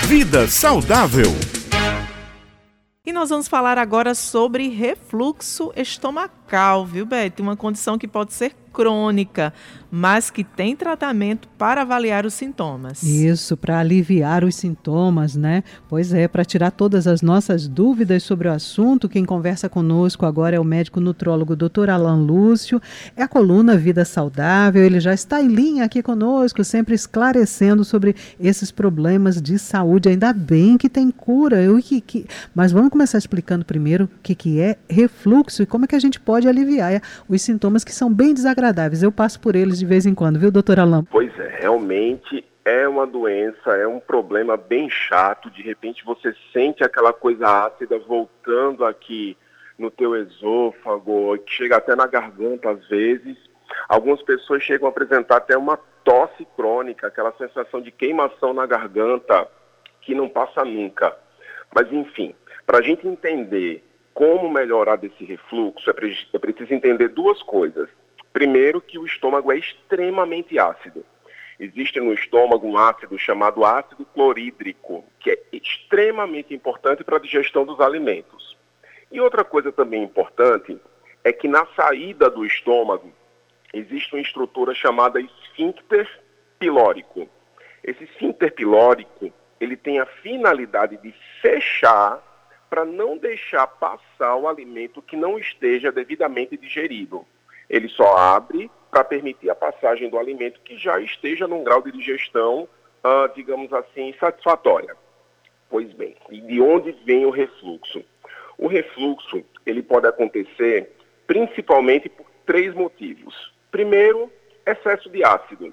Vida saudável. E nós vamos falar agora sobre refluxo estomacal, viu, Beth? Uma condição que pode ser crônica, mas que tem tratamento para avaliar os sintomas. Isso, para aliviar os sintomas, né? Pois é, para tirar todas as nossas dúvidas sobre o assunto, quem conversa conosco agora é o médico nutrólogo Dr. Alan Lúcio, é a coluna Vida Saudável, ele já está em linha aqui conosco, sempre esclarecendo sobre esses problemas de saúde, ainda bem que tem cura. Mas vamos começar explicando primeiro o que é refluxo e como é que a gente pode aliviar os sintomas que são bem desagradáveis. Eu passo por eles de vez em quando, viu, doutor Alan? Pois é, realmente é uma doença, é um problema bem chato. De repente você sente aquela coisa ácida voltando aqui no teu esôfago, que chega até na garganta às vezes. Algumas pessoas chegam a apresentar até uma tosse crônica, aquela sensação de queimação na garganta que não passa nunca. Mas enfim, para a gente entender como melhorar desse refluxo, é preciso entender duas coisas. Primeiro, que o estômago é extremamente ácido. Existe no estômago um ácido chamado ácido clorídrico, que é extremamente importante para a digestão dos alimentos. E outra coisa também importante é que na saída do estômago existe uma estrutura chamada esfíncter pilórico. Esse esfíncter pilórico, ele tem a finalidade de fechar para não deixar passar o alimento que não esteja devidamente digerido. Ele só abre para permitir a passagem do alimento que já esteja num grau de digestão, digamos assim, satisfatória. Pois bem, e de onde vem o refluxo? O refluxo, ele pode acontecer principalmente por 3 motivos. Primeiro, excesso de ácido.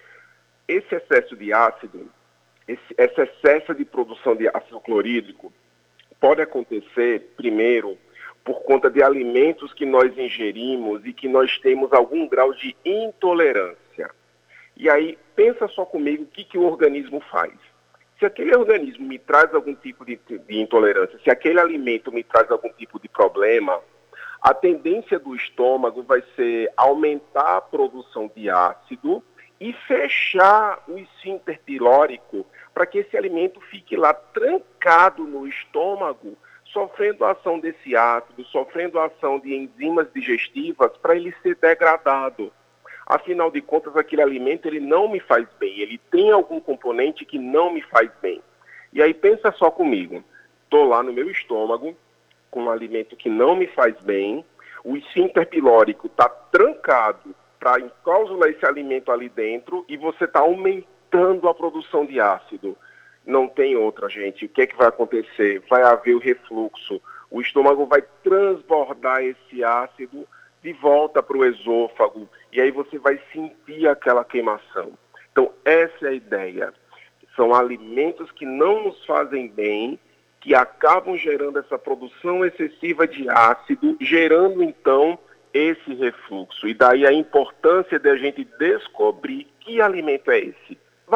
Esse excesso de ácido, esse excesso de produção de ácido clorídrico pode acontecer, primeiro, por conta de alimentos que nós ingerimos e que nós temos algum grau de intolerância. E aí, pensa só comigo o que o organismo faz. Se aquele organismo me traz algum tipo de intolerância, se aquele alimento me traz algum tipo de problema, a tendência do estômago vai ser aumentar a produção de ácido e fechar o esfíncter pilórico para que esse alimento fique lá trancado no estômago, sofrendo a ação desse ácido, sofrendo a ação de enzimas digestivas para ele ser degradado. Afinal de contas, aquele alimento ele não me faz bem, ele tem algum componente que não me faz bem. E aí pensa só comigo, estou lá no meu estômago, com um alimento que não me faz bem, o esfíncter pilórico está trancado para encapsular esse alimento ali dentro e você está aumentando a produção de ácido. Não tem outra, gente. O que é que vai acontecer? Vai haver o refluxo. O estômago vai transbordar esse ácido de volta para o esôfago. E aí você vai sentir aquela queimação. Então, essa é a ideia. São alimentos que não nos fazem bem, que acabam gerando essa produção excessiva de ácido, gerando, então, esse refluxo. E daí a importância de a gente descobrir que alimento é esse.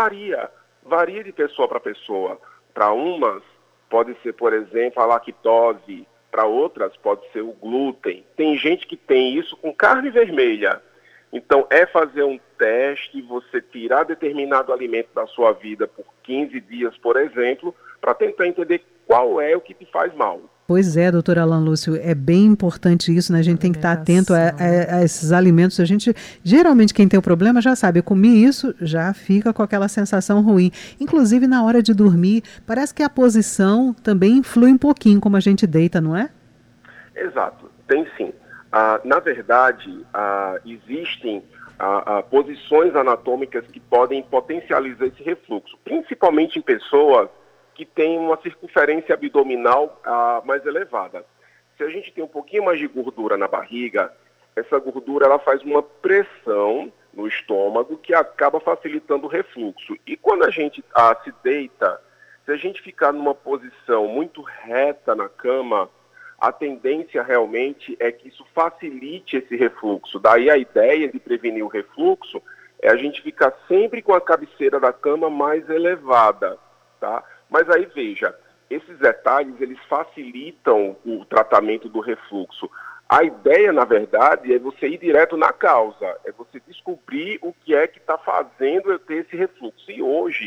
Varia de pessoa para pessoa. Para umas, pode ser, por exemplo, a lactose. Para outras, pode ser o glúten. Tem gente que tem isso com carne vermelha. Então, é fazer um teste, você tirar determinado alimento da sua vida por 15 dias, por exemplo, para tentar entender qual é o que te faz mal. Pois é, doutor Alan Lúcio, é bem importante isso, né? A gente tem que estar atento a esses alimentos. Geralmente quem tem o problema já sabe, eu comi isso, já fica com aquela sensação ruim. Inclusive na hora de dormir, parece que a posição também influi um pouquinho como a gente deita, não é? Exato, tem sim. Na verdade, existem posições anatômicas que podem potencializar esse refluxo, principalmente em pessoas que tem uma circunferência abdominal mais elevada. Se a gente tem um pouquinho mais de gordura na barriga, essa gordura ela faz uma pressão no estômago que acaba facilitando o refluxo. E quando a gente se deita, se a gente ficar numa posição muito reta na cama, a tendência realmente é que isso facilite esse refluxo. Daí a ideia de prevenir o refluxo é a gente ficar sempre com a cabeceira da cama mais elevada, tá? Mas aí veja, esses detalhes eles facilitam o tratamento do refluxo. A ideia, na verdade, é você ir direto na causa, é você descobrir o que é que está fazendo eu ter esse refluxo. E hoje,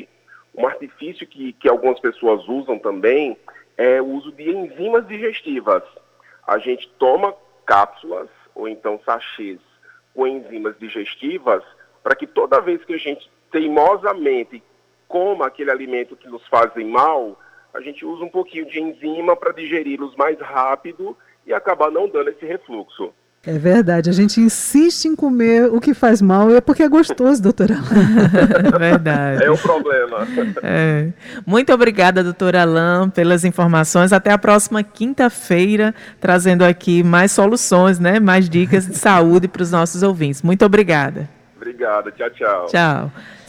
Um artifício que algumas pessoas usam também é o uso de enzimas digestivas. A gente toma cápsulas ou então sachês com enzimas digestivas para que toda vez que a gente teimosamente coma aquele alimento que nos fazem mal, a gente usa um pouquinho de enzima para digeri-los mais rápido e acabar não dando esse refluxo. É verdade, a gente insiste em comer o que faz mal, é porque é gostoso, doutora Alain. Verdade. É um problema. Muito obrigada, doutora Alain, pelas informações. Até a próxima quinta-feira, trazendo aqui mais soluções, né? Mais dicas de saúde para os nossos ouvintes. Muito obrigada. Obrigado, tchau, tchau. Tchau.